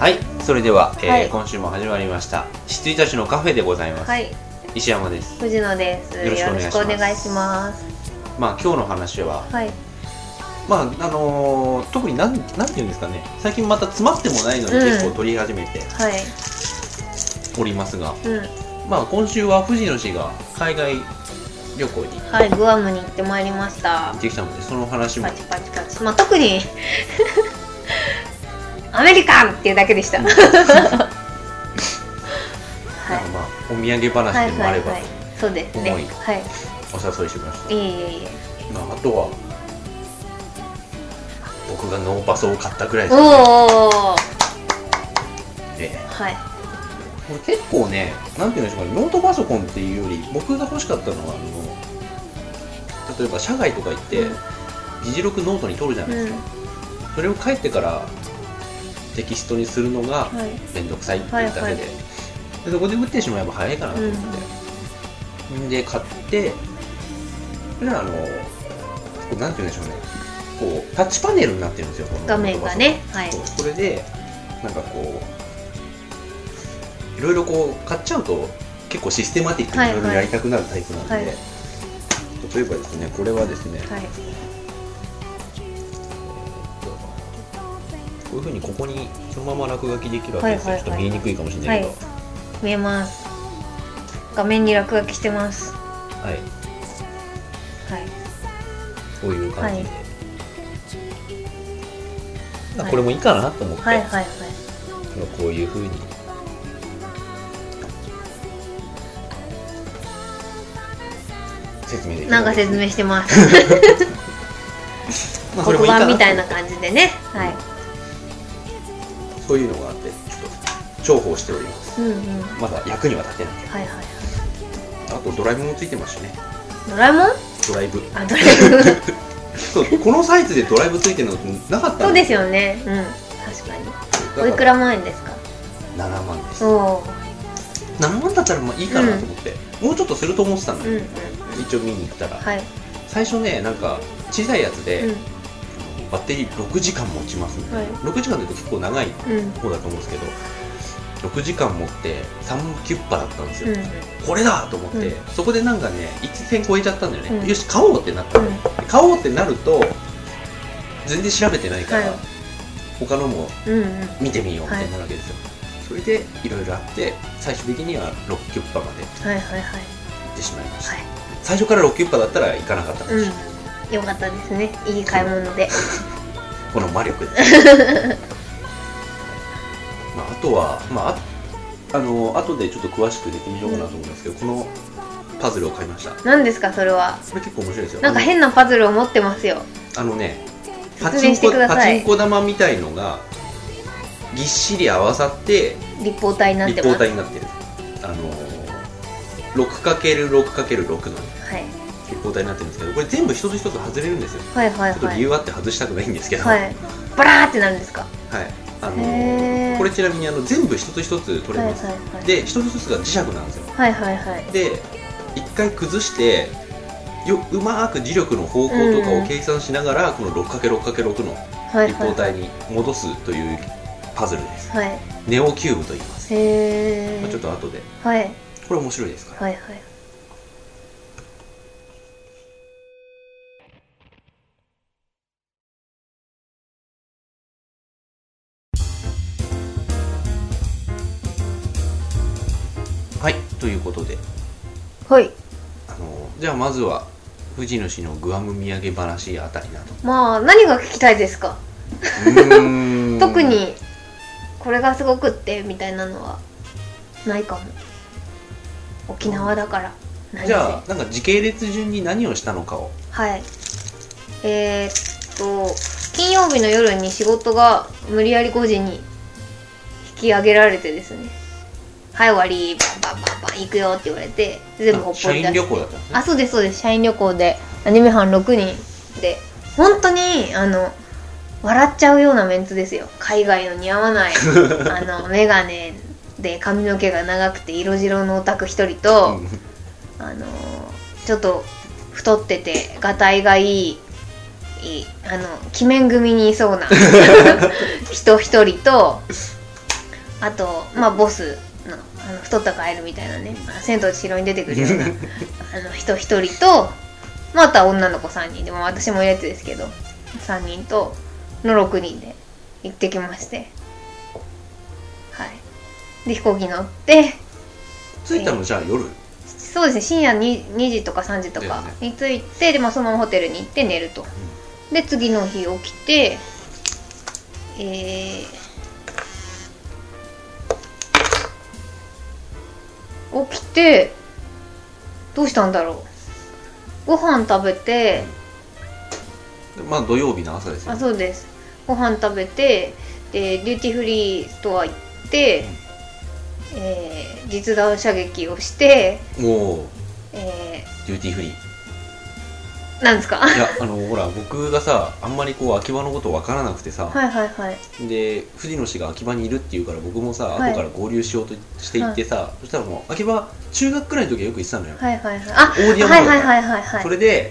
はい、それでは、 はい、 今週も始まりました羊たちのカフェでございます。 はい、 石山です。 藤野です。よろしくお願いします。 まあ今日の話は、 はい、 まあ特になんていうんですかね、最近また詰まってもないのに結構取り始めておりますが、まあ今週は藤野氏が海外旅行に、 はい、グアムに行ってまいりました。 行ってきたので、その話もパチパチパチ。まあ特にアメリカンっていうだけでした。はい、 まあお土産話でもあればとそうですね。 思い、 はい、 お誘いしました。 いえ。 まああとは僕がノーパソを買ったくらいですね。 はい。 これ結構ね、なんていうんでしょうか、ノートパソコンっていうより僕が欲しかったのは例えば社外とか行って議事録ノートに取るじゃないですか、それを帰ってからテキストにするのがめんどくさいっていうだけで、そこで打ってしまえば早いかなと思って、で買って、それはなんていうんでしょうね、こうタッチパネルになってるんですよ、この画面がね。はい。 それでなんかこういろいろこう買っちゃうと結構システマティックにいろいろやりたくなるタイプなんで、例えばですね、これはですね、こういうふうにここにそのまま落書きできるわけですよ。ちょっと見えにくいかもしれないけど、 見えます。画面に落書きしてます。 はい、こういう感じで、これもいいかなと思って、こういうふうに説明できる。 なんか説明してます。黒板みたいな感じでね。はい。 そういうのがあってちょっと重宝しております。まだ役には立てないけど。あとドライブもついてますしね。 ドラえもん？ ドライブ。 あ、ドライブ。 そう、このサイズでドライブついてるのなかった。 そうですよね。確かに。おいくら万円ですか ？7万です。7万だったらまあいいかなと思って、もうちょっとすると思ってたんだけど、一応見に行ったら、最初ね、なんか小さいやつでバッテリー6時間持ちますので、6時間で結構長い方だと思うんですけど、6時間持って3キュッパだったんですよ。これだと思って、そこでなんかね、一線超えちゃったんだよね。よし、買おうってなった。買おうってなると全然調べてないから他のも見てみようみたいになるわけですよ。それでいろいろあって最終的には6キュッパまで行ってしまいました。最初から6キュッパだったら行かなかったかもしれない。 よかったですね、いい買い物で。 この魔力で。あとは後でちょっと詳しく説明しようかなと思うんですけど、このパズルを買いました。何ですかそれは？これ結構面白いですよ。 なんか変なパズルを持ってますよ。 パチンコ玉みたいのがぎっしり合わさって立方体になってます。 6×6×6 の立方体になってるんですけど、これ全部一つ一つ外れるんですよ。ちょっと理由あって外したくないんですけど、バラーってなるんですか？ これちなみに全部一つ一つ取れます。で一つ一つが磁石なんですよ。で一回崩してうまく磁力の方向とかを計算しながら、この 6×6×6 の立方体に戻すというパズルです。ネオキューブと言います。ちょっと後で、これ面白いですから。はい、ということで、じゃあまずは藤野氏のグアム土産話あたりなど。 まあ何が聞きたいですか？特にこれがすごくってみたいなのはないかも。沖縄だからじゃあなんか時系列順に何をしたのかを。 金曜日の夜に仕事が無理やり5時に引き上げられてですね、はい終わり、バンバンバンバン行くよって言われて、全部ほっぽり出して。社員旅行だったんですね。そうですそうです、社員旅行でアニメ班6人で、本当に笑っちゃうようなメンツですよ。海外の似合わないメガネで髪の毛が長くて色白のオタク1人とちょっと太っててがたいがいい鬼面組にいそうな人1人とあとまあボスの太ったカエルみたいなね、千と千尋に出てくるような人1人と、まあ、あとは女の子3人でも私もいるやつですけど3人との6人で行ってきまして、はい、で飛行機乗って着いたのじゃあ夜？ そうですね、深夜 2時とか3時とかに着いて、で、まあ、そのままホテルに行って寝ると、で次の日起きて起きてどうしたんだろう、ご飯食べて、 まあ土曜日の朝ですよね。 あ、そうです、ご飯食べて、でデューティーフリーストア行って、実弾射撃をして、 デューティーフリーなんですか？ いやほら僕がさあんまりこう秋葉のこと分からなくてさ、 はいはいはい、 で藤野氏が秋葉にいるっていうから僕もさ、後から合流しようとしていってさ、そしたらもう秋葉中学くらいの時はよく行ってたのよ。 はいはいはい、あ、 オーディアムはいはいはいはいはい、 それで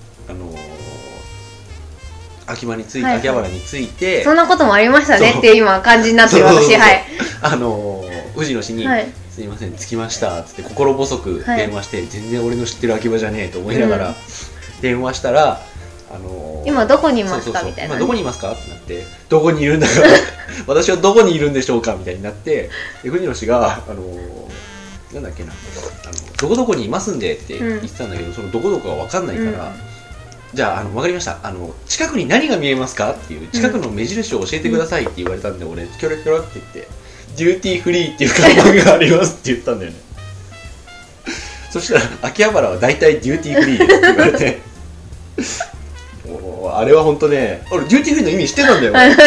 秋葉原に着いて、 そんなこともありましたねっていう今感じになってる私、はい、 藤野氏に、すいません着きましたっつって心細く電話して、全然俺の知ってる秋葉じゃねえと思いながら、電話したら今どこにいますかみたいな、 今どこにいますかってなって、どこにいるんだか私はどこにいるんでしょうかみたいになって、で藤野氏がなんだっけな、どこどこにいますんでって言ってたんだけど、そのどこどこが分かんないから、じゃあ分かりました、近くに何が見えますかっていう近くの目印を教えてくださいって言われたんで、俺キョロキョロって言ってデューティーフリーっていう看板がありますって言ったんだよねそしたら秋葉原は大体デューティーフリーですって言われてあれは本当ね、俺デューティーフリーの意味知ってたんだよ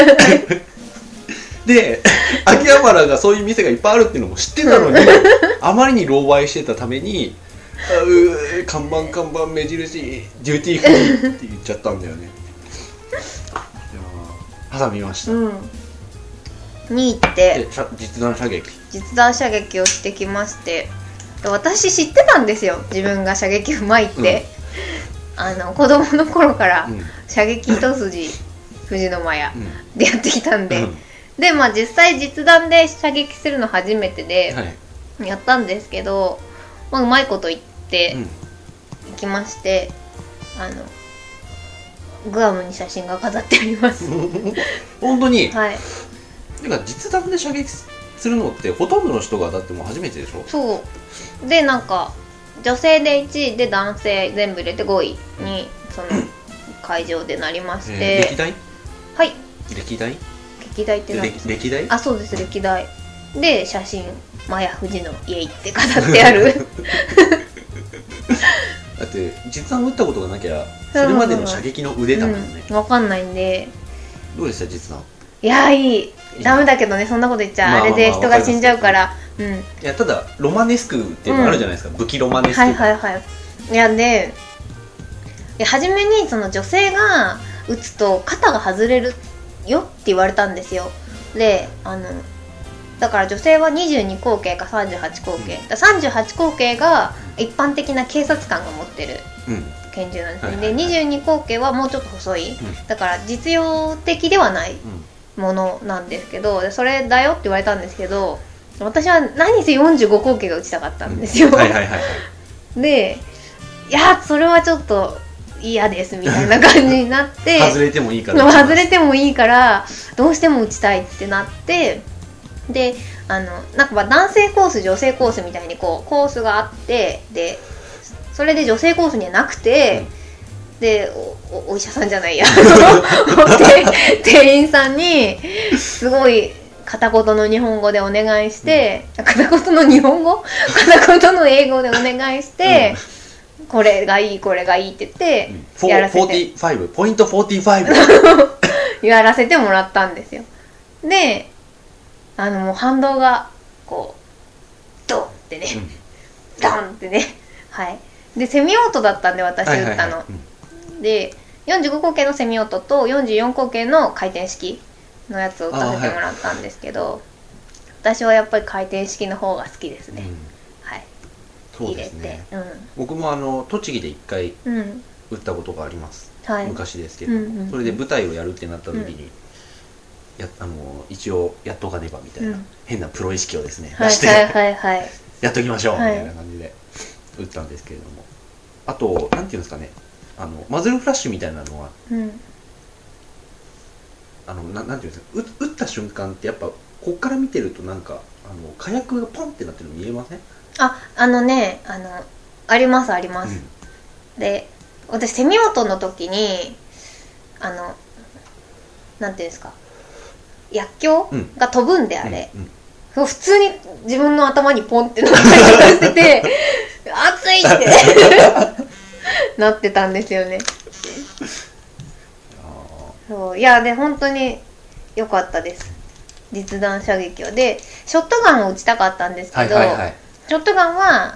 で秋葉原がそういう店がいっぱいあるっていうのも知ってたのにあまりに狼狽してたために看板目印デューティーフリーって言っちゃったんだよね挟みました、 に行って実弾射撃をしてきまして、私知ってたんですよ、自分が射撃うまいって、子供の頃から射撃一筋富士宮でやってきたんで、でまあ実際実弾で射撃するの初めてでやったんですけど、まあ、うまいこと言って行きまして、グアムに写真が飾ってあります本当に？ はい。 てか実弾で射撃するのってほとんどの人がだってもう初めてでしょ？ そうで、なんか女性で1位で男性全部入れて5位にその会場でなりまして、 歴代？ はい。 歴代って何ですか？歴代？ あ、そうです、歴代で写真マヤ富士の家行って飾ってあるだって実弾撃ったことがなきゃそれまでの射撃の腕だもんね、 分かんないんで。 どうでした実弾？ いやいい、ダメだけどね、そんなこと言っちゃあれで人が死んじゃうから、 いやただロマネスクっていうのあるじゃないですか、武器ロマネスク。はいはいはい。 いやで初めにその女性が撃つと肩が外れるよって言われたんですよ。でだから女性は22口径か38口径、38口径が一般的な警察官が持ってる拳銃なんですね、で22口径はもうちょっと細い、だから実用的ではないものなんですけど、それだよって言われたんですけど、私は何せ45口径が撃ちたかったんですよ、で、いやそれはちょっと嫌ですみたいな感じになって外れてもいいからどうしても撃ちたいってなって、でなんか男性コース女性コースみたいにこうコースがあって、でそれで女性コースにはなくて、で お医者さんじゃないや店員さんにすごい片言の日本語でお願いして、片言の日本語片言の英語でお願いして、これがいいこれがいいって言ってやらせて 45ポイント45 やらせてもらったんですよ。でもう反動がこうドンってね、ドンってね、はい。でセミオートだったんで私打ったの、で45口径のセミオートと44口径の回転式のやつを打たせてもらったんですけど、私はやっぱり回転式の方が好きですね、はい。 そうですね、僕も栃木で1回打ったことがあります、昔ですけど、それで舞台をやるってなった時に、 一応やっとかねばみたいな、変なプロ意識をですね出して、 やっときましょうみたいな感じで打ったんですけれども、あとなんていうんですかね、マズルフラッシュみたいなのは、なんていうんですか、打った瞬間ってやっぱこっから見てるとなんか火薬がポンってなってるの見えません？ ありますあります、で私セミオトの時になんていうんですか、薬莢が飛ぶんで、あれ、普通に自分の頭にポンってなったりとかしてて熱いってなってたんですよね。そういやで本当に良かったです、実弾射撃を。でショットガンを撃ちたかったんですけど、ショットガンは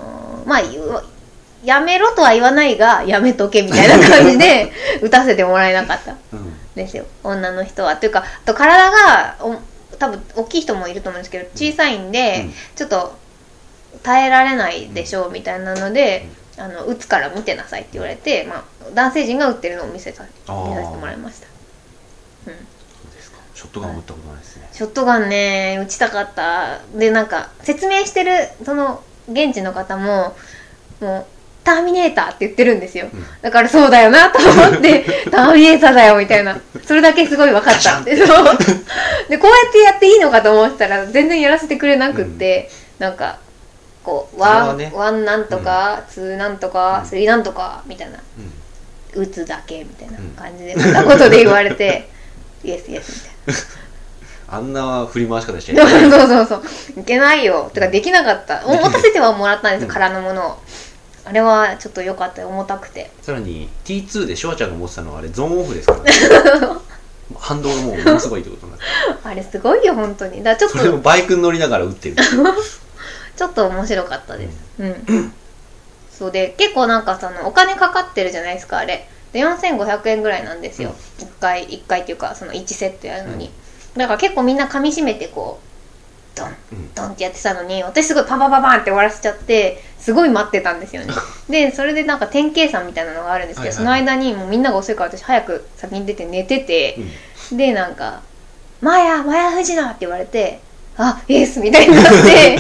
やめろとは言わないがやめとけみたいな感じで撃たせてもらえなかったですよ、女の人は。というか体が多分大きい人もいると思うんですけど小さいんで、ちょっと耐えられないでしょうみたいなので、撃つから見てなさいって言われて、男性陣が撃ってるのを見せてもらいました。 そうですか。ショットガン撃ったことないですね。 ショットガンね、撃ちたかった。でなんか説明してるその現地の方ももうターミネーターって言ってるんですよ、だからそうだよなと思ってターミネーターだよみたいな、それだけすごい分かったってでこうやってやっていいのかと思ってたら全然やらせてくれなくって、なんかこうワンなんとか、ツーなんとか、スリーなんとかみたいな、打つだけみたいな感じで片言で言われてイエスイエスみたいなあんな振り回し方してそういけないよてかできなかった。持たせてはもらったんですよ、空のものを。あれはちょっと良かった、重たくて。 さらに T2 でシュワちゃんが持ってたのはあれゾーンオフですからね反動がもうものすごいってことになってあれすごいよ本当に。だからちょっとそれもバイクに乗りながら撃ってるちょっと面白かったです、そうで結構なんかお金かかってるじゃないですかあれで。4500円ぐらいなんですよ、1回っていうかその1セットやるのに、だから結構みんな噛み締めてこうドンドンってやってたのに、私すごいパパパパンって終わらせちゃってすごい待ってたんですよねでそれでなんか点計算みたいなのがあるんですけど、その間にもうみんなが遅いから私早く先に出て寝てて、でなんかマヤ藤野って言われて、あイエスみたいになって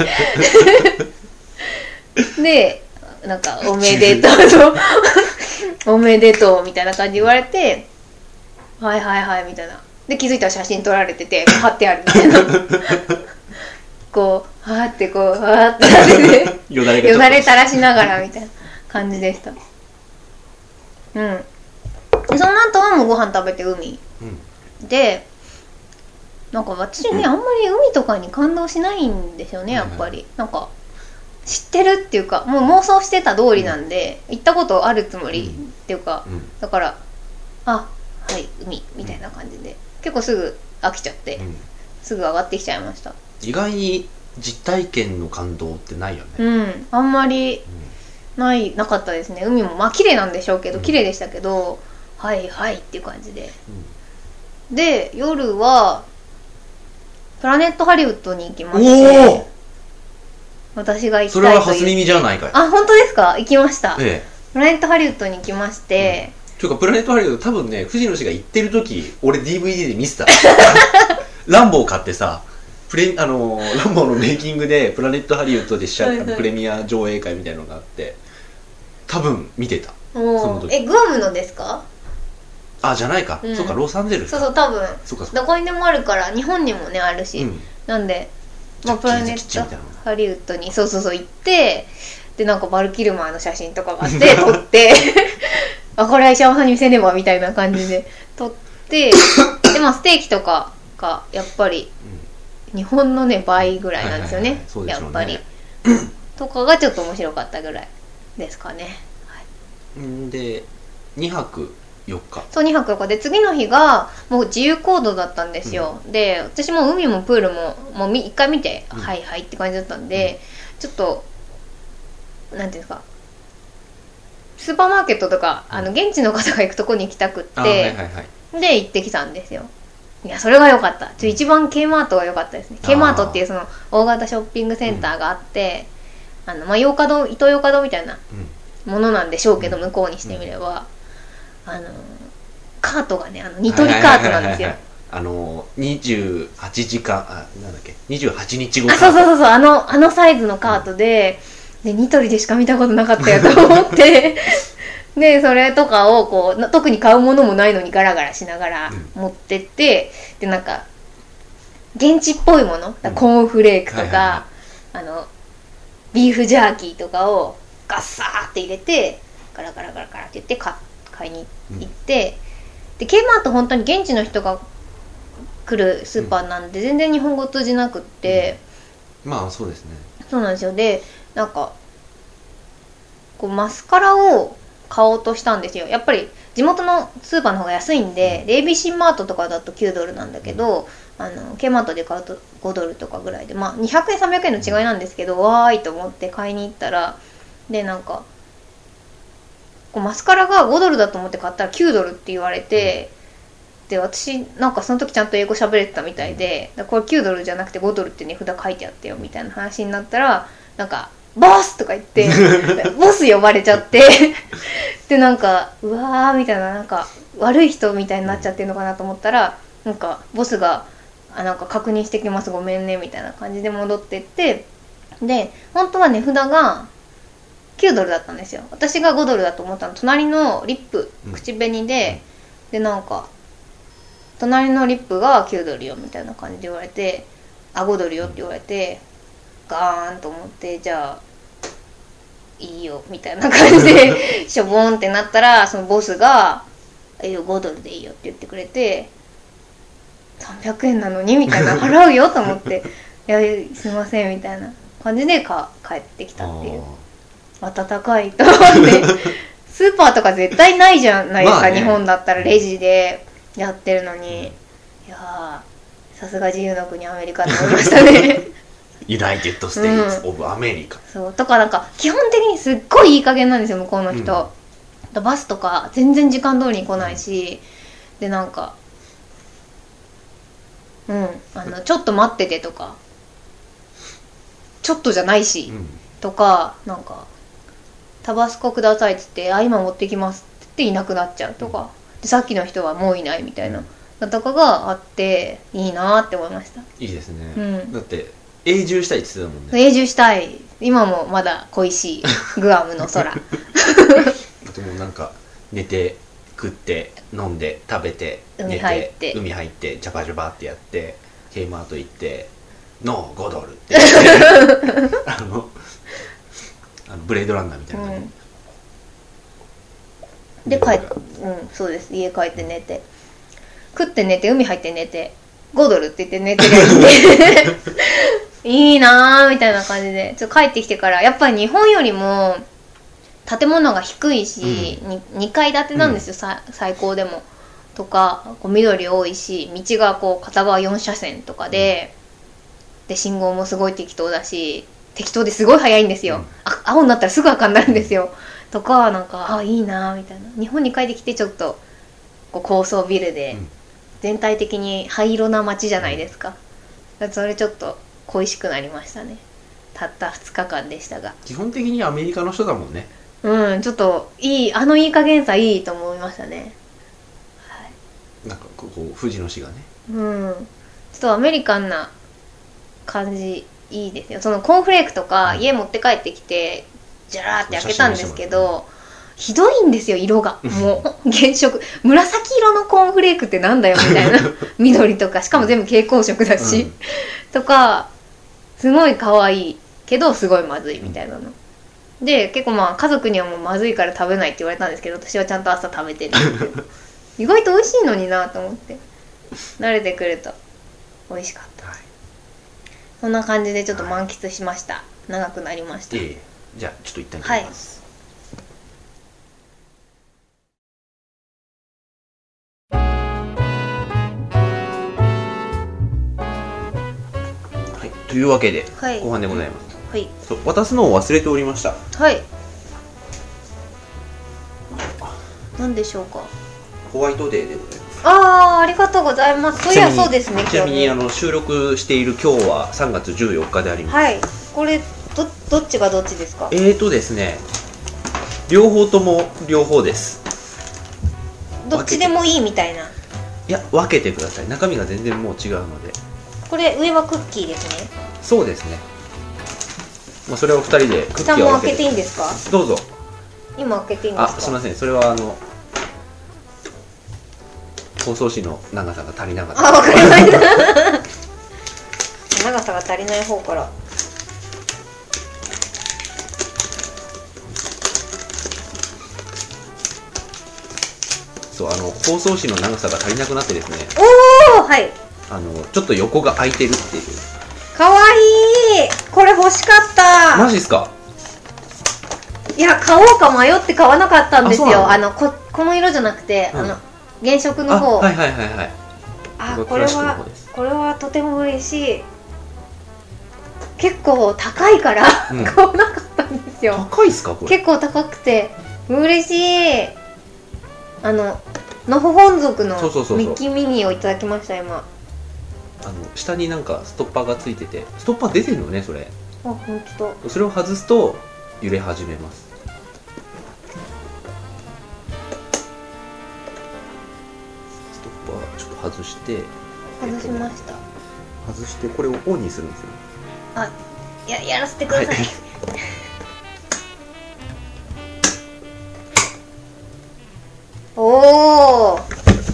でなんかおめでとうおめでとうみたいな感じで言われて、はいみたいなで気づいたら写真撮られてて貼ってあるみたいなこうはーってこうはーってなっててよだれ垂らしながらみたいな感じでした。でその後はもうご飯食べて海、でなんか私ね、あんまり海とかに感動しないんですよねやっぱり、なんか知ってるっていうかもう妄想してた通りなんで、行ったことあるつもりっていうか、だからはい海みたいな感じで、結構すぐ飽きちゃって、すぐ上がってきちゃいました。 意外に実体験の感動ってないよね。 あんまりなかったですね。海も綺麗なんでしょうけど、綺麗でしたけど、はいっていう感じで、で夜はプラネットハリウッドに行きまして、私が行きたいという。 それは初耳じゃないかい。 本当ですか？行きました、プラネットハリウッドに行きまして、 というかプラネットハリウッド多分ね、藤野氏が行ってる時俺 DVD で見せたランボー買ってさ、ランボーのメイキングでプラネットハリウッドでプレミア上映会みたいなのがあって、多分見てた。その時グアムのですか？ じゃないか、そうか、ロサンゼルスか。 そう多分どこにでもあるから、日本にもねあるし、なんでプラネットハリウッドにそう行って、でなんかバルキルマーの写真とかがあって撮ってこれは石山さんに見せねばみたいな感じで撮ってでステーキとかがやっぱり日本のね倍ぐらいなんですよね、やっぱりとかがちょっと面白かったぐらいですかね。 で2泊4日そう2泊4日で、次の日がもう自由行動だったんですよ、で私も海もプールももう一回見て、はいって感じだったんで、ちょっとなんていうんですか、スーパーマーケットとか現地の方が行くとこに行きたくって、で行ってきたんですよ。いやそれが良かった。一番 K マートが良かったですね。K マートっていうその大型ショッピングセンターがあって、イトーヨーカドーみたいなものなんでしょうけど、向こうにしてみればカートがねニトリカートなんですよ。 28時間なんだっけ28日後そうあのサイズのカートで、ニトリでしか見たことなかったよと思ってでそれとかをこう特に買うものもないのにガラガラしながら持ってって、でなんか現地っぽいもの、コーンフレークとか、ビーフジャーキーとかをガッサーって入れてガラガラガラガラって言って買いに行って、で K マート本当に現地の人が来るスーパーなんで全然日本語通じなくって、 まあそうですね。 そうなんですよ。でなんかこうマスカラを買おうとしたんですよ。やっぱり地元のスーパーの方が安いんで、ABC マートとかだと$9なんだけど、K マートで買うと$5とかぐらいで、まあ200円300円の違いなんですけど、わーいと思って買いに行ったら、でなんかこうマスカラが$5だと思って買ったら$9って言われて、で私なんかその時ちゃんと英語喋れてたみたいで、これ$9じゃなくて$って値札書いてあってよみたいな話になったら、なんかボスとか言ってボス呼ばれちゃってでなんかうわーみたいな、なんか悪い人みたいになっちゃってるのかなと思ったら、なんかボスがなんか確認してきますごめんねみたいな感じで戻ってって、で本当は値札が$9だったんですよ。私が$5だと思ったの。隣のリップ口紅で、でなんか隣のリップが$9よみたいな感じで言われて、$5よって言われて、ガーンと思って、じゃあいいよみたいな感じでしょぼんってなったら、そのボスが$5でいいよって言ってくれて、300円なのにみたいな、払うよと思っていやすいませんみたいな感じで帰ってきたっていう。温かいと思ってスーパーとか絶対ないじゃないですか、まあね、日本だったらレジでやってるのに、いやさすが自由の国アメリカって思いましたねユナイテッドステイツオブアメリカ、 そうとかなんか基本的にすっごいいい加減なんですよ向こうの人、バスとか全然時間通りに来ないし、でなんかちょっと待っててとか、ちょっとじゃないし、とかなんかタバスコくださいって言って今持ってきますって言っていなくなっちゃうとか、でさっきの人はもういないみたいなとかがあっていいなって思いました。 いいですね、だって永住したいって言ってたもんね。 永住したい。今もまだ恋しいグアムの空でもなんか寝て食って飲んで食べて海入ってジャバジャバってやって K マート行ってノー$って言ってブレードランナーみたいな感じ、 で帰ってそうです。家帰って寝て食って寝て海入って寝て$って言って寝てるやつでいいなーみたいな感じで帰ってきてから、やっぱり日本よりも建物が低いし、2階建てなんですよ、最高でもとか、こう緑多いし、道がこう片側4車線とかで、で信号もすごい適当だし、適当ですごい速いんですよ、青になったらすぐ赤になるんですよとか、なんかいいなみたいな。日本に帰ってきてちょっとこう高層ビルで全体的に灰色な街じゃないですか、それちょっと恋しくなりましたね。たった2日間でしたが、 基本的にアメリカの人だもんね。 ちょっといいいい加減さいいと思いましたね、 なんかこう富士の市がね、 ちょっとアメリカンな感じいいですよ。そのコーンフレークとか家持って帰ってきてジャラーって開けたんですけど、ひどいんですよ色がもう原色紫色のコーンフレークってなんだよみたいな緑とかしかも全部蛍光色だし、とかすごい可愛いけどすごいまずいみたいなので、結構まあ家族にはもうまずいから食べないって言われたんですけど、私はちゃんと朝食べてるんですけど意外と美味しいのになと思って、慣れてくると美味しかった、そんな感じでちょっと満喫しました、長くなりました、 じゃあちょっと一旦切ります、というわけで、後半でございます。渡すのを忘れておりました。 何でしょうか。 ホワイトデーでございます。 ありがとうございます。そういやそうですね。 ちなみに収録している今日は3月14日であります。 これどっちがどっちですか。 ですね、両方とも両方です。 どっちでもいいみたいな。 いや分けてください。中身が全然もう違うので。 これ上はクッキーですね。 そうですね。まあそれを2人でクッキーを分けて。 下も開けていいんですか？ どうぞ。 今開けていいんですか？ あ、すみません、それは包装紙の長さが足りなかった。 あ、わかりました長さが足りない方から。 そう、包装紙の長さが足りなくなってですね。 おお、はい。 ちょっと横が空いてるっていう。 かわいい。これ欲しかった。 マジっすか？ いや、買おうか迷って買わなかったんですよ。この色じゃなくて、原色の方。 はいはいはいはい。 あ、これはとても嬉しい。結構高いから買わなかったんですよ。 高いっすかこれ？ 結構高くて嬉しい。のほほん族のミッキーミニーをいただきました今。 下になんかストッパーがついてて、ストッパー出てるのねそれ。 あ、本当だ。 それを外すと揺れ始めます。ストッパーちょっと外して。 外しました。 外してこれをオンにするんですよ。 あ、やらせてください。おお。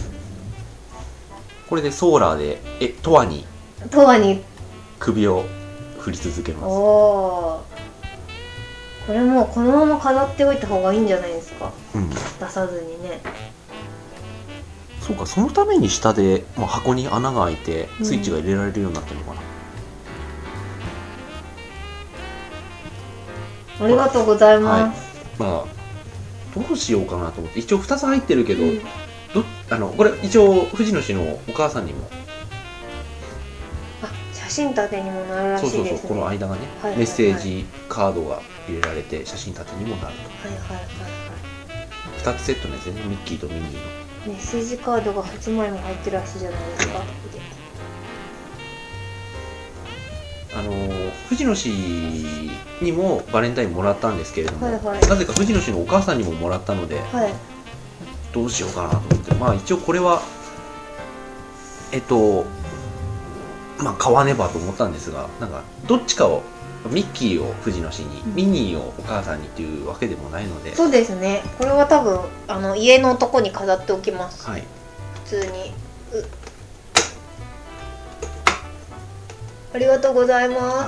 これでソーラーでトアに首を振り続けます。 おお。これもうこのまま飾っておいた方がいいんじゃないですか。出さずにね。 そうか、そのために下で、箱に穴が開いてスイッチが入れられるようになってるのかな。 ありがとうございます。 どうしようかなと思って。一応2つ入ってるけど、これ一応藤野氏のお母さんにも。 写真立てにもなるらしいですね。 そうこの間がね、メッセージカードが入れられて写真立てにもなると。2つセットね、全然ミッキーとミニーのメッセージカードが8枚も入ってるらしいじゃないですか。 藤野氏にもバレンタインもらったんですけれども、なぜか藤野氏のお母さんにももらったので、どうしようかなと思って、一応これは買わねばと思ったんですが、なんかどっちかをミッキーを藤野氏に、ミニーをお母さんにっていうわけでもないので。 そうですね。これは多分家のとこに飾っておきます。 はい。 普通に。ありがとうございます。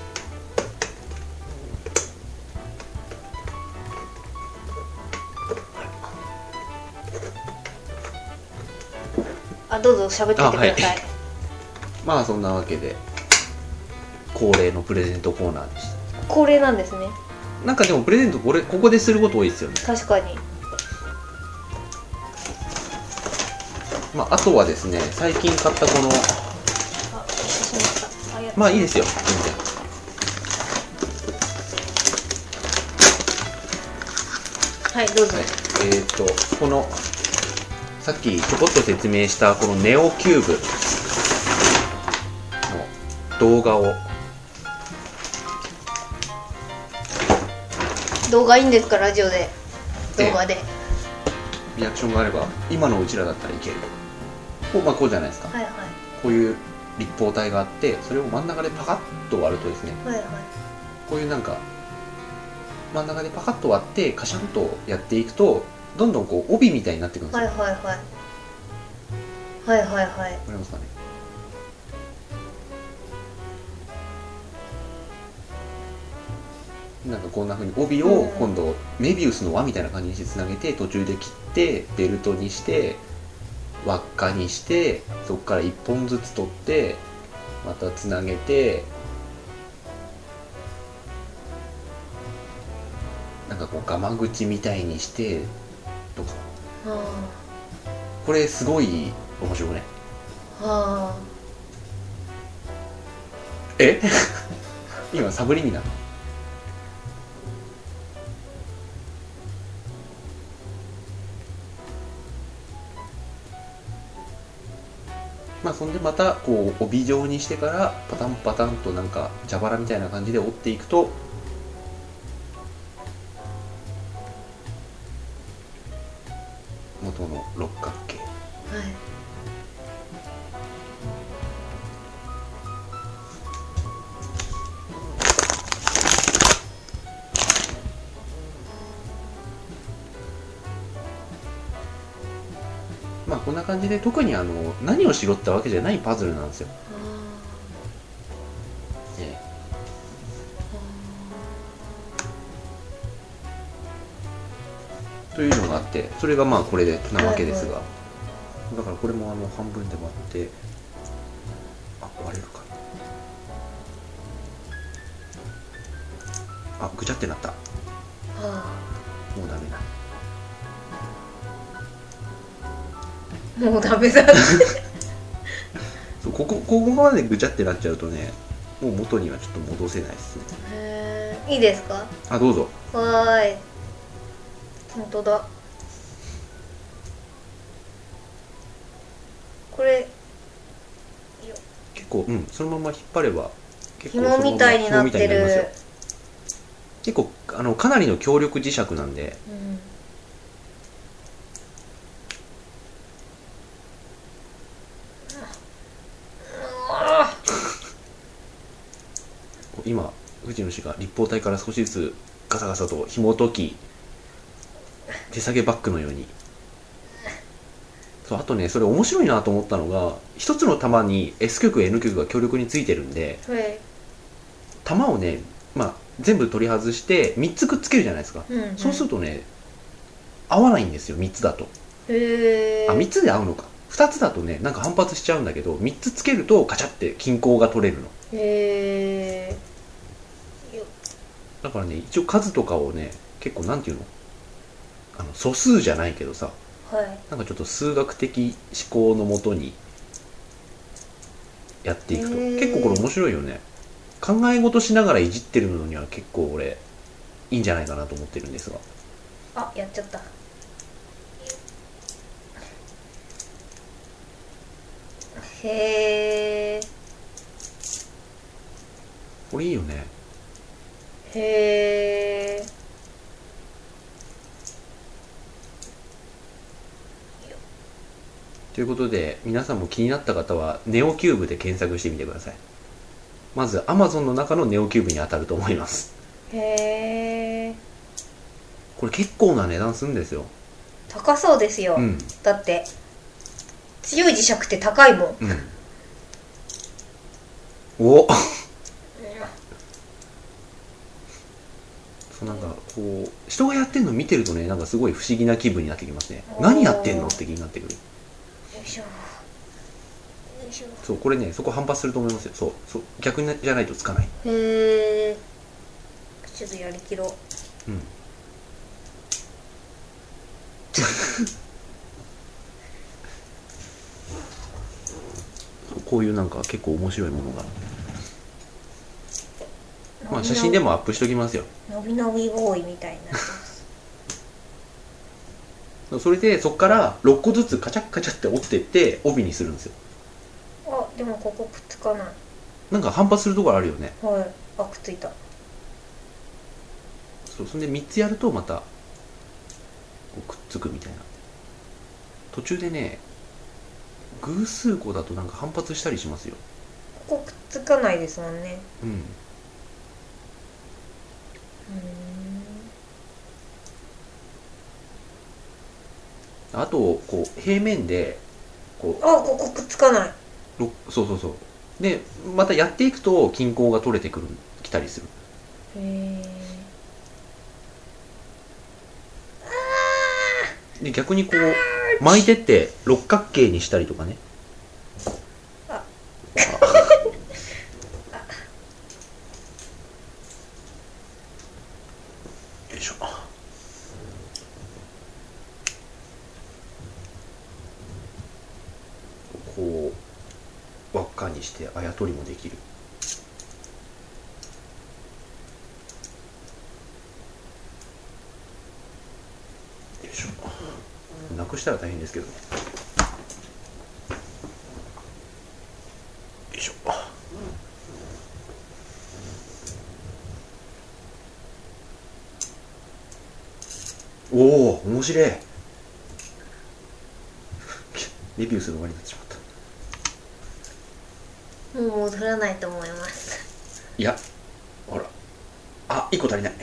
どうぞ喋っててください。 そんなわけで恒例のプレゼントコーナーでした。 恒例なんですね。 なんかでもプレゼントここですること多いですよね。 確かに。 あとはですね、最近買ったこのいいですよ、全然。 はい、どうぞ。 このさっきちょこっと説明したこのネオキューブの動画を。 動画いいんですか？ラジオで。動画でリアクションがあれば今のうちらだったらいける。こうじゃないですか。こういう立方体があって、それを真ん中でパカッと割るとですね、こういうなんか真ん中でパカッと割ってカシャンとやっていくと、どんどんこう帯みたいになっていくんですよ。わかりますかね。なんかこんな風に帯を今度メビウスの輪みたいな感じにしてつなげて、途中で切ってベルトにして輪っかにして、そこから1本ずつ取ってまたつなげて、なんかこうガマ口みたいにしてとか。これすごい面白くね。今サブリミナル。そんでまたこう帯状にしてからパタンパタンとなんか蛇腹みたいな感じで折っていくと、元の六角形こんな感じで特に何をしろってわけじゃないパズルなんですよ。というのがあって、それがまあこれでなわけですが、だからこれも半分で割って、割れるかな。ぐちゃってなった。もうダメだ。 もうダメだそうここまでぐちゃってなっちゃうとね、もう元にはちょっと戻せないですね。 いいですか？ どうぞ。 はーい。本当だ。これ結構そのまま引っ張れば結構紐みたいになってる。 結構かなりの強力磁石なんで、今藤野氏が立方体から少しずつガサガサと紐解き、手提げバッグのように。そう、あとね、それ面白いなと思ったのが、一つの玉に S 極 N 極が強力についてるんで、玉をね、全部取り外して3つくっつけるじゃないですか、そうするとね、合わないんですよ、3つだと。3つで合うのか。2つだとね、なんか反発しちゃうんだけど、3つつけるとカチャって均衡が取れるの。だからね、一応数とかをね、結構なんていうの、素数じゃないけどさ、なんかちょっと数学的思考のもとにやっていくと結構これ面白いよね。考え事しながらいじってるのには結構俺いいんじゃないかなと思ってるんですが。 やっちゃった。へー、 これいいよね。 へー。 ということで、皆さんも気になった方はネオキューブで検索してみてください。まず Amazon の中のネオキューブに当たると思います。 へー。 これ結構な値段するんですよ。 高そうですよ、だって強い磁石って高いもん。 おそう、なんかこう人がやってんの見てるとね、なんかすごい不思議な気分になってきますね。何やってんのって気になってくる。そう、これね、そこ反発すると思いますよ。そう逆じゃないとつかない。 へえ。ちょっとやりきろう。 こういうなんか結構面白いものが、写真でもアップしときますよ。 のびのびボーイみたいなそれでそこから6個ずつカチャッカチャって折ってって帯にするんですよ。 でもここくっつかない。 なんか反発するところあるよね。 くっついた。 そんで3つやるとまたこうくっつくみたいな。途中でね、偶数個だとなんか反発したりしますよ。 ここくっつかないですもんね。 あとこう平面でここくっつかない。 そうでまたやっていくと均衡が取れてきたりする。で逆にこう巻いてって六角形にしたりとかね。よいしょ。こう輪っかにしてあやとりもできる。よいしょ。なくしたら大変ですけどね。よいしょ。おお、面白い。レビューする終わりになってしまった。 もう戻らないと思います。 いや、ほら、1個足りない。1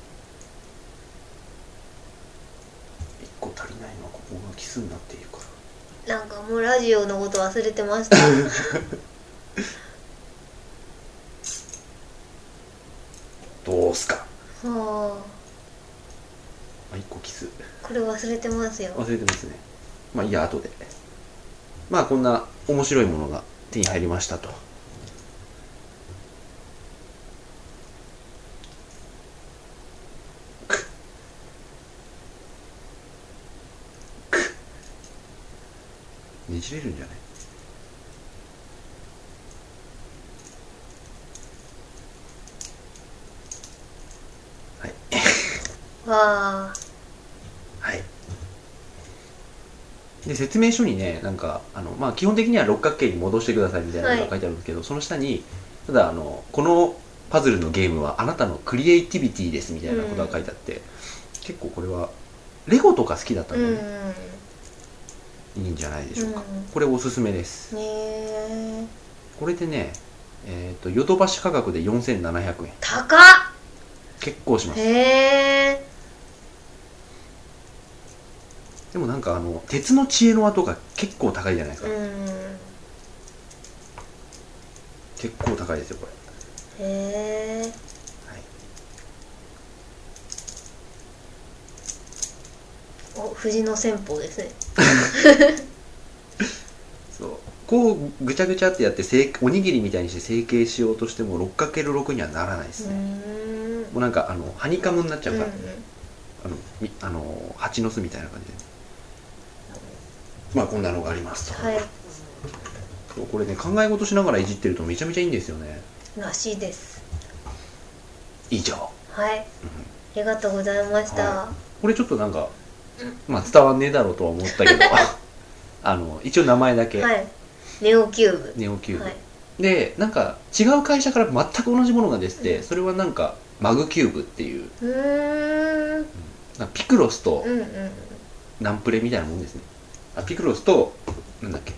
個足りないのはここが奇数になっているから。 なんかもうラジオのこと忘れてましたどうすか。 はあ、1個キス。 これ忘れてますよ。 忘れてますね。まあいいや、後で。まあこんな面白いものが手に入りましたと。ねじれるんじゃない？はい。 わあ。 はい。で説明書にね、なんかまあ基本的には六角形に戻してくださいみたいなのが書いてあるんですけど、はい、その下にただこのパズルのゲームはあなたのクリエイティビティですみたいなことが書いてあって、結構これはレゴとか好きだったんで、ね、いいんじゃないでしょうか。これおすすめです。これでね、ヨドバシ価格で4700円。 高っ。 結構します。でもなんか鉄の知恵の輪とか結構高いじゃないですか。結構高いですよこれ。はい、 お、藤野戦法ですねそうこうぐちゃぐちゃってやっておにぎりみたいにして成形しようとしても 6×6 にはならないですね。もうなんかハニカムになっちゃうから、蜂の巣みたいな感じで、まあこんなのがありますと。はい、これね考え事しながらいじってるとめちゃめちゃいいんですよね。 らしいです。 以上。 はい、ありがとうございました。はい、 これちょっとなんかまあ伝わんねえだろうとは思ったけど一応名前だけ、 はい、ネオキューブ。 ネオキューブ、はい、でなんか違う会社から全く同じものが出てて、それはなんかマグキューブっていう、ピクロスとナンプレみたいなもんですね。ピクロスとなんだっけ、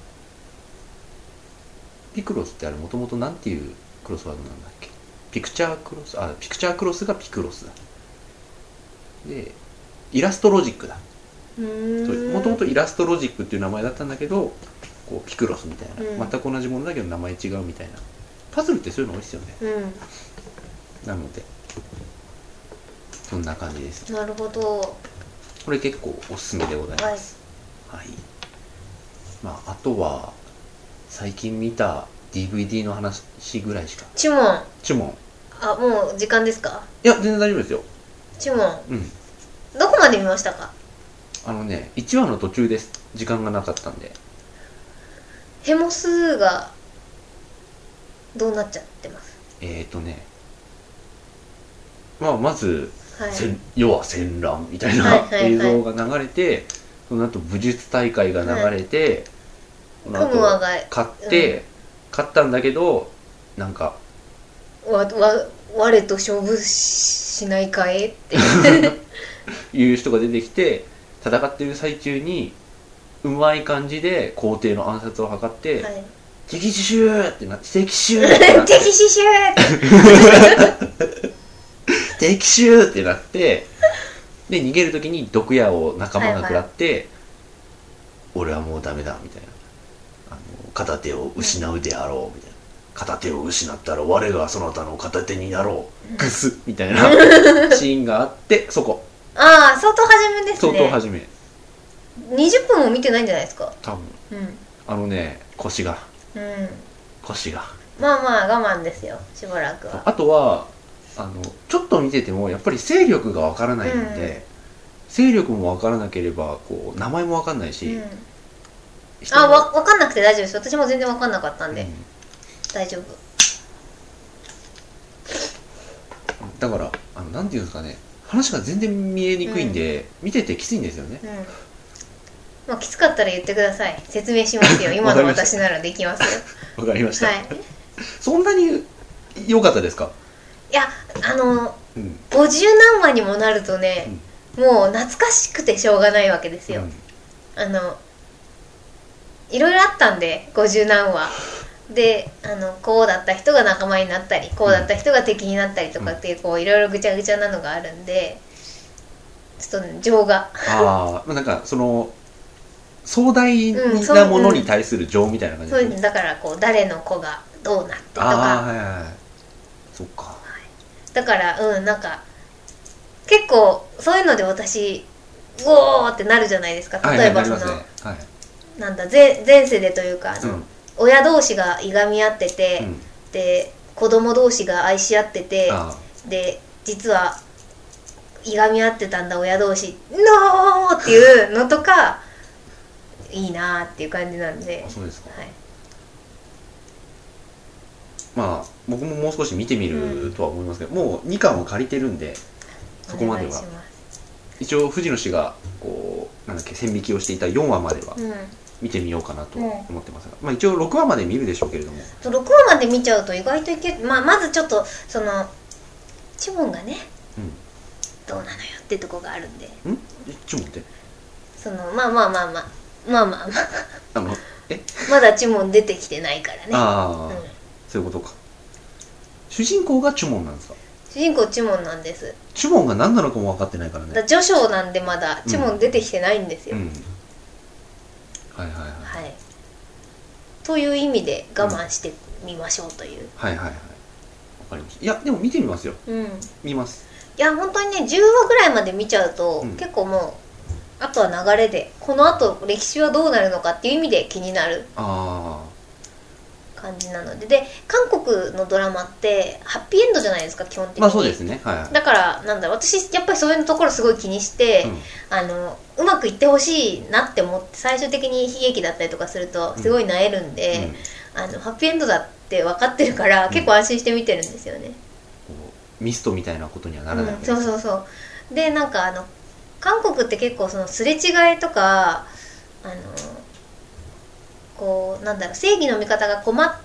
ピクロスってあれもともとなんていうクロスワードなんだっけ。ピクチャークロス、ピクチャークロスがピクロスだ。でイラストロジックだ。もともとイラストロジックっていう名前だったんだけど、こうピクロスみたいな、全く同じものだけど名前違うみたいな。パズルってそういうの多いですよね。なのでそんな感じです。 なるほど。 これ結構おすすめでございます。はい、まああとは最近見た DVD の話ぐらいしか。 チュモン。 チュモン。 あ、もう時間ですか？ いや全然大丈夫ですよ。 チュモン。どこまで見ましたか ？1話の途中です。時間がなかったんで。 ヘモスがどうなっちゃってます？ まあまず、要は戦乱みたいな映像が流れて、その後武術大会が流れて、その後勝ったんだけど、なんか我と勝負しないかえっていう人が出てきて、戦ってる最中にうまい感じで皇帝の暗殺を図って、敵死襲ってなって、敵死襲敵死襲敵襲ってなって、で逃げる時に毒矢を仲間が食らって、俺はもうダメだみたいな、片手を失うであろうみたいな、片手を失ったら我がそなたの片手になろうグスみたいなシーンがあって、そこ相当初めですね。 相当初め。 20分も見てないんじゃないですか多分。腰がまあまあ我慢ですよ、しばらくは。 あとはちょっと見ててもやっぱり勢力がわからないんで、勢力もわからなければこう名前もわかんないし、 わかんなくて大丈夫です。私も全然わかんなかったんで、大丈夫。 だからなんていうんですかね、話が全然見えにくいんで、見ててきついんですよね。 まあきつかったら言ってください。説明しますよ。今の私ならできますよ。 わかりました。そんなに良かったですか？ いや50何話にもなるとね、もう懐かしくてしょうがないわけですよ。いろいろあったんで、50何話でこうだった人が仲間になったり、こうだった人が敵になったりとかっていう、こういろいろぐちゃぐちゃなのがあるんで、ちょっと情がなんかその壮大なものに対する情みたいな感じですね。そうです。だからこう誰の子がどうなってとか、 はいはいはい、そっか、はい、 だからなんか結構そういうので私おーってなるじゃないですか。例えばその、はい、なんだ前世でというか親同士がいがみ合ってて、で子供同士が愛し合ってて、で実はいがみ合ってたんだ親同士ノーっていうのとかいいなーっていう感じなんで。 そうですか、 はい、 まあ僕ももう少し見てみるとは思いますけど、もう2巻を借りてるんでそこまでは一応藤野氏がこうなんだっけ線引きをしていた4話までは見てみようかなと思ってますが、まあ一応6話まで見るでしょうけれども、 6話まで見ちゃうと意外といける、まずちょっとそのチモンがね、どうなのよってとこがあるんで。 チモンってそのまだチモン出てきてないからね。 そういうことか。主人公がチュモンなんですか？ 主人公チモンなんです。 チモンが何なのかも分かってないからね。 序章なんでまだチモン出てきてないんですよ。 はいはいはい。 という意味で我慢してみましょうという。 はいはいはい。わかりました。いやでも見てみますよ。見ます。 いや本当にね10話ぐらいまで見ちゃうと、結構もうあとは流れでこのあと歴史はどうなるのかっていう意味で気になる感じなので、韓国のドラマってハッピーエンドじゃないですか基本的に。 まあそうですね、はい、 だからなんだろう、私やっぱりそういうところすごい気にして、うまくいってほしいなって思って最終的に悲劇だったりとかするとすごい萎えるんで、ハッピーエンドだって分かってるから結構安心して見てるんですよね。 ミストみたたいなことにはならない、 そうそうそう。でなんか韓国って結構そのすれ違いとかこうなんだろう、正義の味方が困って、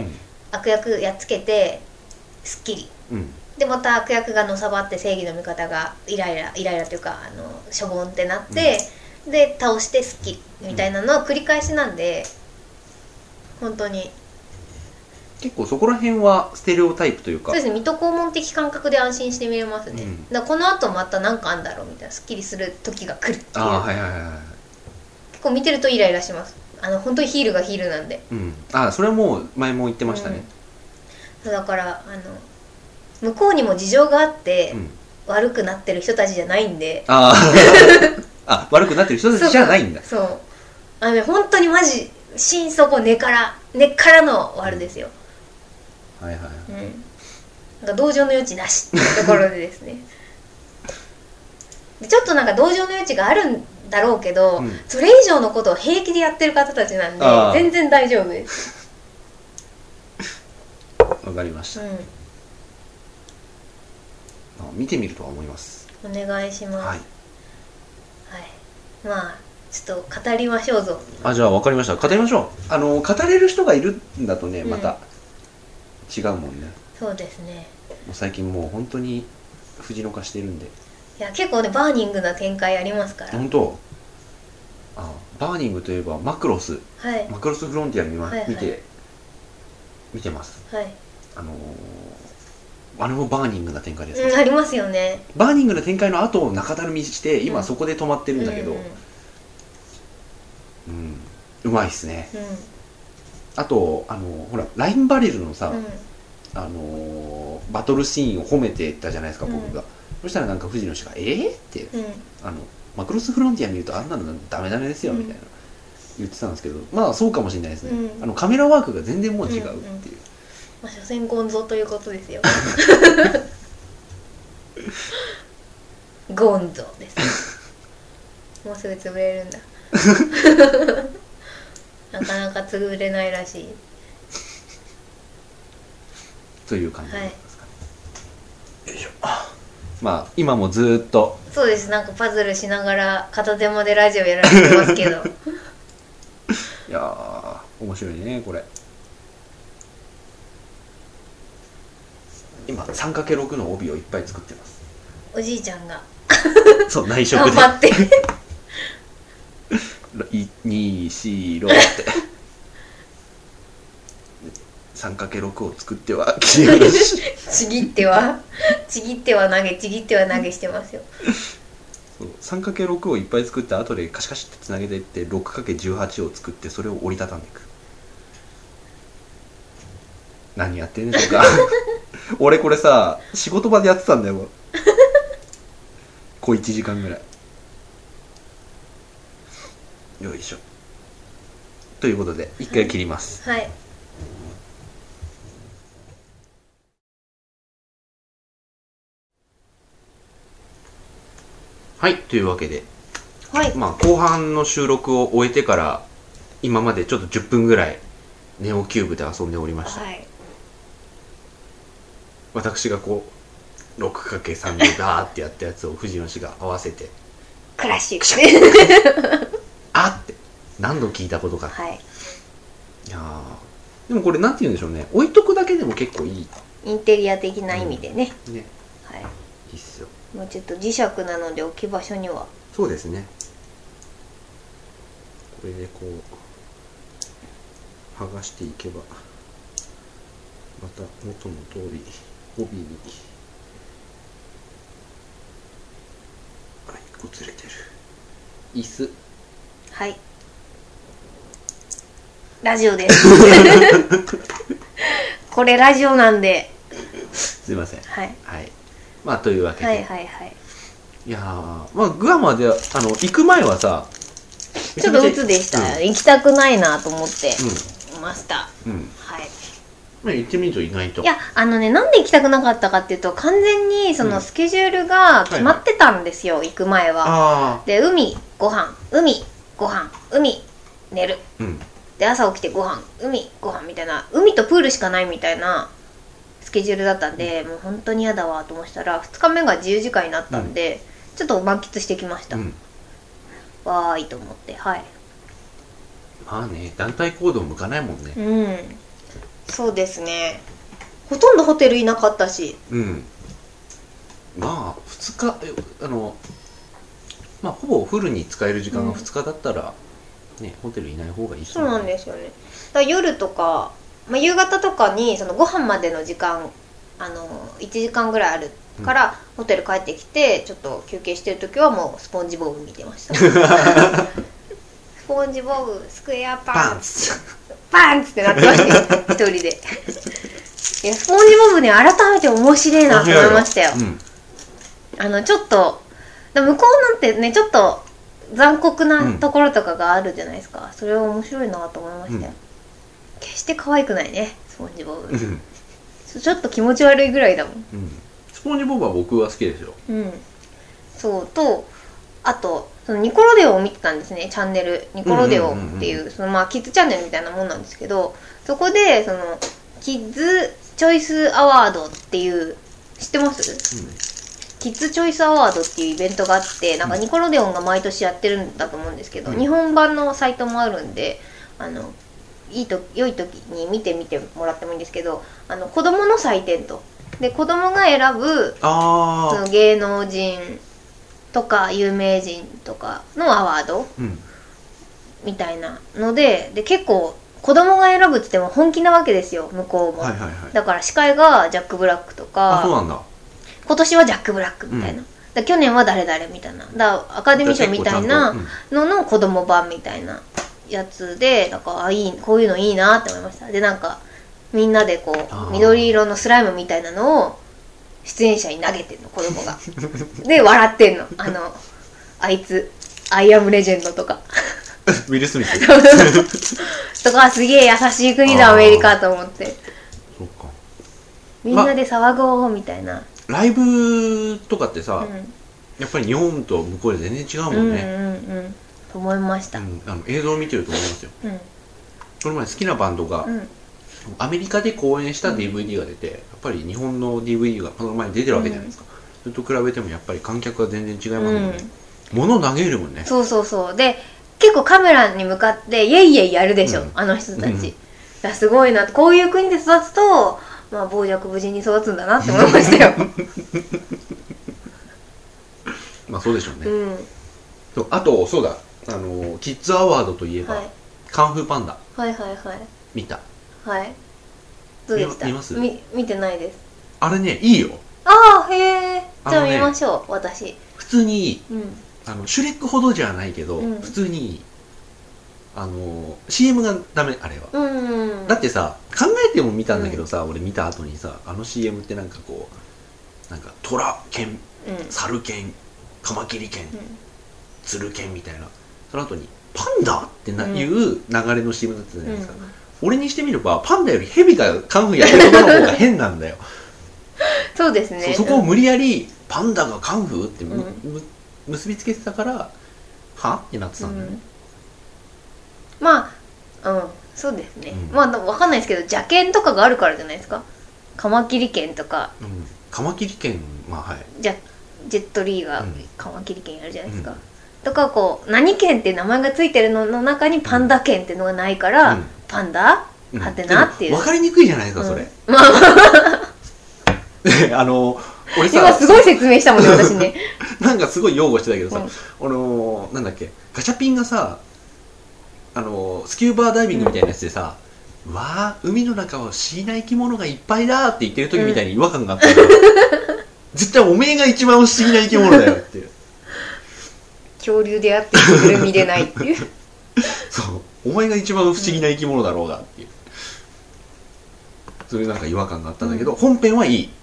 悪役やっつけてすっきり、でまた悪役がのさばって正義の味方がイライラというかしょぼんってなって、で倒してすっきりみたいなのは繰り返しなんで、本当に結構そこら辺はステレオタイプというか、 そうですね、水戸黄門的感覚で安心して見れますね。だからこの後また何かあんだろうみたいな、すっきりする時が来るっていう。結構見てるとイライラします。本当にヒールがヒールなんで。 それはもう前も言ってましたね。 だから向こうにも事情があって、悪くなってる人たちじゃないんで。 悪くなってる人たちじゃないんだ。 そう。本当にマジ心底根っからの悪ですよ。 はいはい。 なんか同情の余地なしっていうところでですね。でちょっとなんか同情の余地があるんだろうけど、それ以上のことを平気でやってる方たちなんで全然大丈夫です。 わかりました。見てみるとは思います。 お願いします。はい。まあちょっと語りましょうぞ。 じゃあ分かりました。語りましょう。語れる人がいるんだとね、また違うもんね。 そうですね。 もう最近もう本当に藤の化してるんで。 いや結構ねバーニングな展開ありますから。 本当。バーニングといえばマクロスフロンティア見てます。はい。あれもバーニングな展開です。 ありますよね。 バーニングな展開の後を中だるみして今そこで止まってるんだけど、うまいっすね。あとほらラインバレルのさ、バトルシーンを褒めてたじゃないですか、僕が。そしたらなんか藤野氏がってマクロスフロンティア見るとあんなのダメですよみたいな言ってたんですけど、まあそうかもしれないですね。カメラワークが全然もう違うっていう。 まあ所詮ゴンゾということですよ。ゴンゾです。もうすぐ潰れるんだ。なかなか潰れないらしい。 という感じですかね。よいしょ。まあ今もずっとそうです。なんかパズルしながら片手間でラジオやられてますけど。 いやー面白いねこれ。今 3×6 の帯をいっぱい作ってます。 おじいちゃんがそう内職で頑張って 246って3×6 を作ってはちぎっては投げちぎっては投げしてますよ。 3×6 をいっぱい作って後でカシカシってつなげていって 6×18 を作ってそれを折りたたんでいく。何やってんねんとか俺これさ仕事場でやってたんだよこう1時間ぐらい。よいしょ。ということで一回切ります。 はい。 はい、というわけで、 はい、 まあ後半の収録を終えてから今までちょっと10分ぐらいネオキューブで遊んでおりました。はい、私がこう 6×3 でダーってやったやつを藤吉が合わせてクラシックあって何度聞いたことか。はい、いやでもこれなんて言うんでしょうね、置いとくだけでも結構いい、 インテリア的な意味でね、 ね、はい、いいっすよ。 もうちょっと磁石なので置き場所には。 そうですね。これでこう剥がしていけばまた元の通り帯に、はい、こうずれてる椅子。 はい、ラジオですこれラジオなんで。 すいません。 はい、 はい、まあというわけで、 はいはいはい、 いやまあグアムで行く前はさちょっと鬱でした、行きたくないなと思ってました、はい。 まあ行ってみると意外と、 いやなんで行きたくなかったかっていうと、完全にそのスケジュールが決まってたんですよ、行く前は。で海ご飯海ご飯海寝る、で朝起きてご飯海ご飯みたいな、海とプールしかないみたいなスケジュールだったんで、もう本当に嫌だわと思ったら2日目が自由時間になったんで、ちょっと満喫してきました、わーいと思って。はい。 まあね、団体行動向かないもんね。 そうですね。ほとんどホテルいなかったし。 まあ2日まあほぼフルに使える時間が2日だったら、ね、ホテルいない方がいい。 そうなんですよね。だから夜とか、夕方とかにそのご飯までの時間1時間ぐらいあるから、ホテル帰ってきてちょっと休憩してる時はもうスポンジボブ見てましたスポンジボブスクエアパンツパンツってなってましたよ一人で。いやスポンジボブね、改めて面白いなと思いましたよ。ちょっと向こうなんてね、ちょっと残酷なところとかがあるじゃないですか、それは面白いなと思いましたよ。決して可愛くないね、スポンジボブ。ちょっと気持ち悪いぐらいだもん。 スポンジボブは僕は好きですよ。 そうと、あとそのニコロデオを見てたんですね、チャンネル。ニコロデオっていうそのキッズチャンネルみたいなもんなんですけど、そこでそのキッズチョイスアワードっていう、知ってます？キッズチョイスアワードっていうイベントがあって、なんかニコロデオンが毎年やってるんだと思うんですけど、日本版のサイトもあるんで、良い時に見てもらってもいいんですけど、子供の祭典とで、子供が選ぶその芸能人とか有名人とかのアワード、みたいなので、結構子供が選ぶって言っても本気なわけですよ、向こうも。だから司会がジャック・ブラックとか、 そうなんだ、 今年はジャック・ブラックみたいな、だ去年は誰々みたいな、アカデミー賞みたいなのの子供版みたいなやつで、だからこういうのいいなって思いました。でなんかみんなでこう緑色のスライムみたいなのを出演者に投げてんの、子供がで笑ってんの、あいつアイアムレジェンドとかウィル・スミスとか、すげえ優しい国だアメリカと思って。そうか、みんなで騒ごうみたいな。 ライブとかってさ、やっぱり日本と向こうで全然違うもんね。 と思いました。 映像を見てると思いますよ。この前好きなバンドがアメリカで公演した DVD が出て、やっぱり日本の DVD がこの前に出てるわけじゃないですか。それと比べてもやっぱり観客は全然違いますもんね。物投げるもんね。 そうで、結構カメラに向かってイエイイエイやるでしょ、あの人たち。だすごいな、こういう国で育つとまあ傍若無人に育つんだなって思いましたよまあそうでしょうね。あとそうだ、キッズアワードといえば、カンフーパンダ見た。 どうでした？見てないです。 あれね、いいよ。 ああ、へえ。じゃあ見ましょう。私普通にいい。 シュレックほどじゃないけど、普通にCM がダメ、あれは。だってさ、考えても見たんだけどさ、俺見た後にさ、CM ってなんかこう、なんか虎犬、猿犬、カマキリ犬、鶴犬みたいな、その後にパンダっていう流れの CM だったじゃないですか。俺にしてみればパンダよりヘビがカンフーやってることの方が変なんだよ。 そうですね。 そこを無理やりパンダがカンフーって結びつけてたからはってなってたんだよね。 まあそうですね。まあわかんないですけど、邪犬とかがあるからじゃないですか。カマキリ犬とか。 カマキリ犬、まあはい。 ジェットリーがカマキリ犬やるじゃないですか。とかこう何犬って名前がついてるのの中にパンダ犬っていうのがないから、パンダはてなっていう。 分かりにくいじゃないですかそれ。俺さ、 今すごい説明したもんね私ね。 なんかすごい擁護してたけどさ、なんだっけ、ガチャピンがさ、スキューバーダイビングみたいなやつでさ、わあ海の中は不思議な生き物がいっぱいだって言ってる時みたいに違和感があったから、絶対おめえが一番不思議な生き物だよっていう。 恐竜であって着ぐるみでないっていう。 そうお前が一番不思議な生き物だろうがっていう、そういうなんか違和感があったんだけど、本編はいい。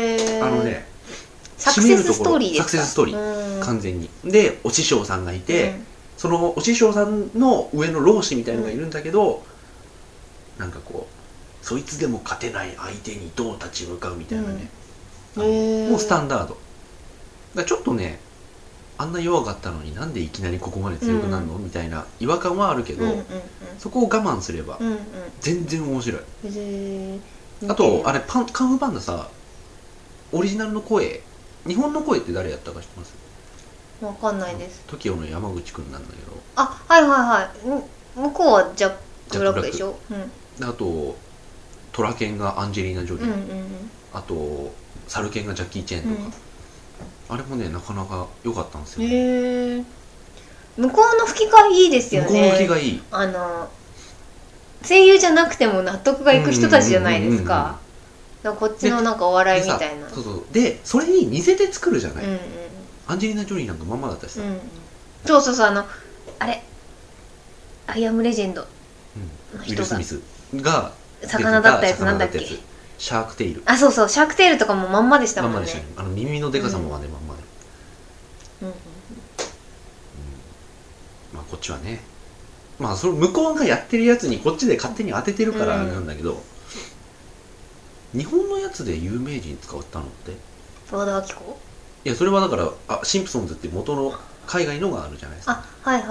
サクセスストーリーですか。 サクセスストーリー完全に。でお師匠さんがいて、そのお師匠さんの上の老子みたいなのがいるんだけど、なんかこうそいつでも勝てない相手にどう立ち向かうみたいなね、もうスタンダードだ。ちょっとね、あんな弱かったのになんでいきなりここまで強くなるの、みたいな違和感はあるけど、そこを我慢すれば全然面白い。あとあれカンフーパンダさ、オリジナルの声、日本の声って誰やったか知ってます？ わかんないです。 TOKIO の山口くんなんだけど。 はいはいはい。向こうはジャック・ブラックでしょ。 あとトラケンがアンジェリーナ・ジョリー、あとサルケンがジャッキー・チェンとか、あれもねなかなか良かったんですよね。 向こうの吹き替えいいですよね。 向こうの吹き替えいい。 声優じゃなくても納得がいく人たちじゃないですか。こっちのなんかお笑いみたいな。 でそれに似せて作るじゃない。アンジェリーナ・ジョリーなんかまんまだったしさ。 そうあれアイアムレジェンドの人がウィル・スミスが魚だったやつなんだっけ、 シャークテイル。 そうシャークテイルとかもまんまでしたもんね。 耳のでかさもまんまで。まあこっちはね、まあそれ向こうがやってるやつにこっちで勝手に当ててるからあれなんだけど、日本のやつで有名人使ったのって和田アキ子？ いやそれはだからシンプソンズって元の海外のがあるじゃないですか。 はい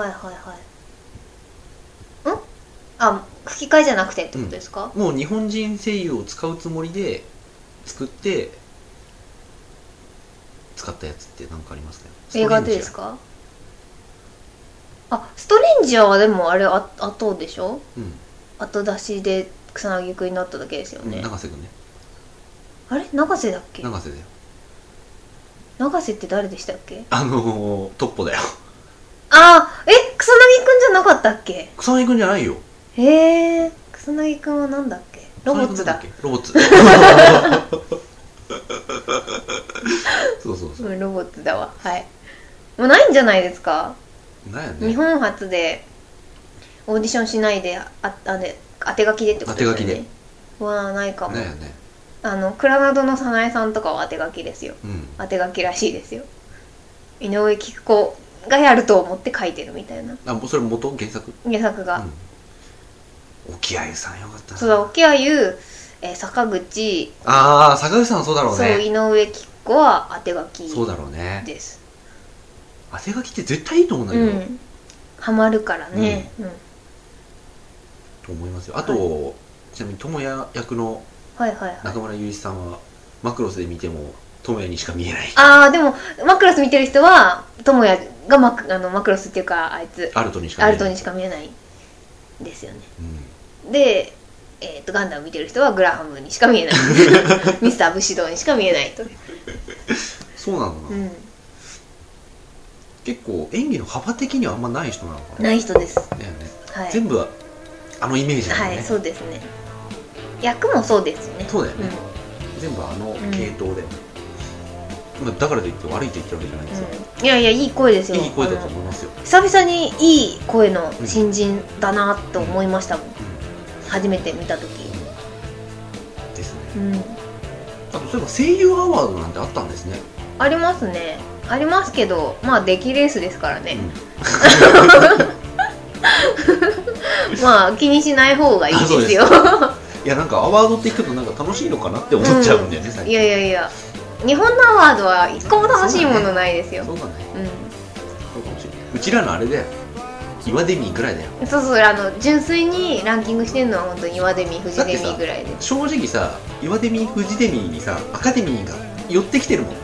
吹き替えじゃなくてってことですか？ もう日本人声優を使うつもりで作って使ったやつって何かありますか？ 映画でですか？ストレンジャーはでもあれ後でしょ？後出しで草薙くんになっただけですよね。 永瀬くんね。 あれ永瀬だっけ？ 永瀬だよ。 永瀬って誰でしたっけ？ トッポだよ。 草薙くんじゃなかったっけ？ 草薙くんじゃないよ。 草薙くんはなんだっけ？ロボッツだ。 ロボッツ。そうロボッツだわ。はい。もうないんじゃないですか？ ないよね。 日本初でオーディションしないで当て書きでってことですよね。当て書きではないかも。 ないよね。 クラナドの早苗さんとかは当て書きですよ。当て書きらしいですよ。井上貴子がやると思って書いてるみたいな。 それ原作が。 沖合さんよかったな。 そうだ、沖合坂口。 坂口さんそうだろうね。 そう、井上貴子は当て書きです。 そうだろうね。当て書きって絶対いいと思うんだけど。 ハマるからね。 と思いますよ。あとちなみに智也役の中村雄一さんはマクロスで見ても智也にしか見えない。でもマクロス見てる人は智也がマクロスっていうかあいつアルトにしか見えないですよね。でガンダム見てる人はグラハムにしか見えない。ミスター武士道にしか見えないと。 そうなのな。結構演技の幅的にはあんまない人なのかな。 ない人です。 だよね。全部はイメージなんだね。 そうですね。役もそうですね。 そうだよね。全部系統で。 だからといって悪いと言ってるわけじゃないですよ、 いやいやいい声ですよ。 いい声だと思いますよ。 久々にいい声の新人だなと思いましたもん、初めて見た時ですね。あとそういえば声優アワードなんてあったんですね。 ありますね。ありますけど、まあ出来レースですからね、まあ気にしない方がいいですよ。 いやなんかアワードって聞くとなんか楽しいのかなって思っちゃうんだよね、最近。 いやいやいや、日本のアワードは一個も楽しいものないですよ。 そうだね、そうかもしれない。うちらのあれだよ、岩デミーぐらいだよ。 そうそう、純粋にランキングしてるのは本当に岩デミー、フジデミーぐらいで。 正直さ、岩デミー、フジデミーにさ、アカデミーが寄ってきてるもんね。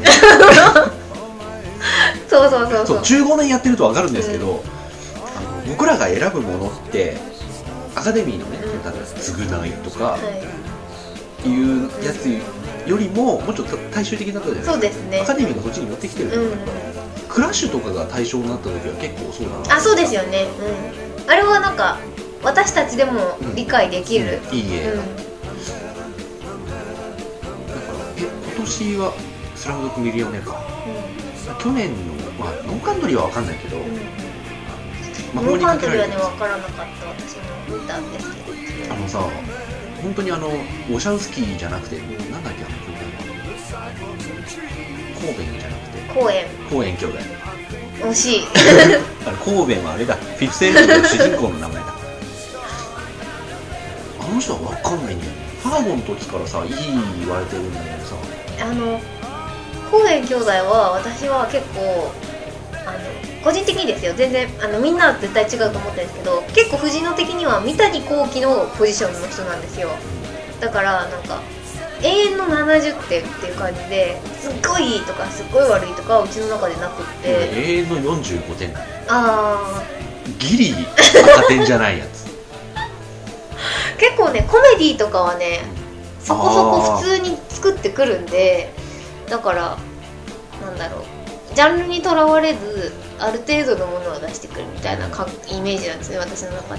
そうそうそうそう。 15年やってると分かるんですけど、僕らが選ぶものってアカデミーのね、償いとかいうやつよりももうちょっと大衆的だったじゃないですか。 そうですね。 アカデミーがそっちに寄ってきてる、クラッシュとかが対象になった時は結構そうだな。 あ、そうですよね、あれはなんか私たちでも理解できる、 いい映画、だから今年はスラムドッグミリオネアか、去年の、まあ、ノーカントリーは分かんないけど、 ノーカントリーはね、分からなかった。私も見たんですけど、 さ、本当にウォシャウスキーじゃなくて、なんだっけ、神戸じゃなくて公園兄弟。 惜しい。 神戸はあれだ、フィフスエレメントの主人公の名前だ。あの人は分かんないんだよね。ファーゴの時からさ、いい言われてるんだけどさ、 公園兄弟は私は結構個人的にですよ、全然みんなは絶対違うと思ってるんですけど、結構藤野的には三谷幸喜のポジションの人なんですよ。だからなんか永遠の70点っていう感じで、すっごいいいとかすっごい悪いとかうちの中でなくって、 永遠の45点だね。ギリ赤点じゃないやつ。 結構ね、コメディとかはね、そこそこ普通に作ってくるんで、だからなんだろう、ジャンルにとらわれずある程度のものを出してくるみたいなイメージなんですね、私の中で。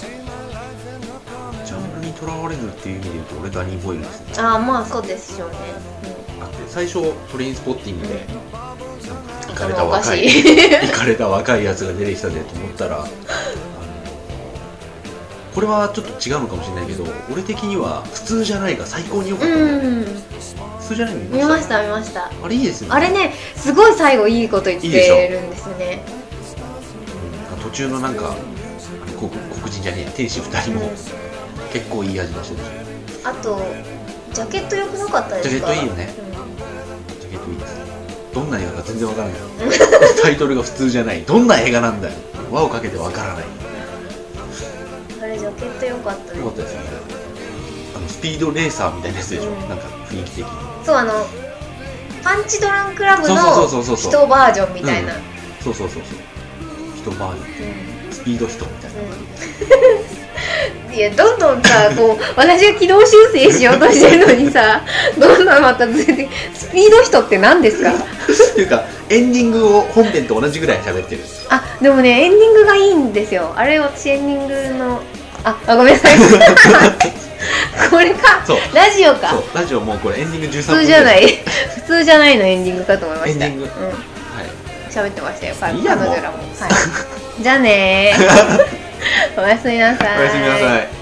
ジャンルにとらわれずっていう意味で言うと、俺ダニー・ボイルですね。 まあそうでしょうね。 だって最初トレインスポッティングで、イカれた若いやつが出てきたでと思ったら、これはちょっと違うのかもしれないけど、俺的には普通じゃないが最高に良かったんだよね。普通じゃない見ました。あれいいですよね。 あれね、すごい最後いいこと言ってるんですね。 途中のなんか黒人じゃねえや、天使2人も結構いい味出してるし、 あとジャケット良くなかったですか？ ジャケットいいよね、ジャケットいいです。どんな映画か全然わからない。タイトルが普通じゃない。どんな映画なんだよ、輪をかけてわからない。 あれジャケット良かったです。 良かったですよね。スピードレーサーみたいなやつでしょ、なんか雰囲気的に。 そう、パンチドランクラブの人バージョンみたいな。 そう人バージョン、スピード人みたいな。 いや、どんどんさ、こう私が軌道修正しようとしてるのにさ、どんどんまたずれて、スピード人って何ですか？ っていうか、エンディングを本編と同じぐらい喋ってる。 でもね、エンディングがいいんですよ。あれ、私エンディングのごめんなさい。これか、ラジオか。そう、ラジオもうこれエンディング13分。普通じゃないのエンディングかと思いました。エンディング、喋ってましたよ、彼女らも。じゃあねー。おやすみなさい。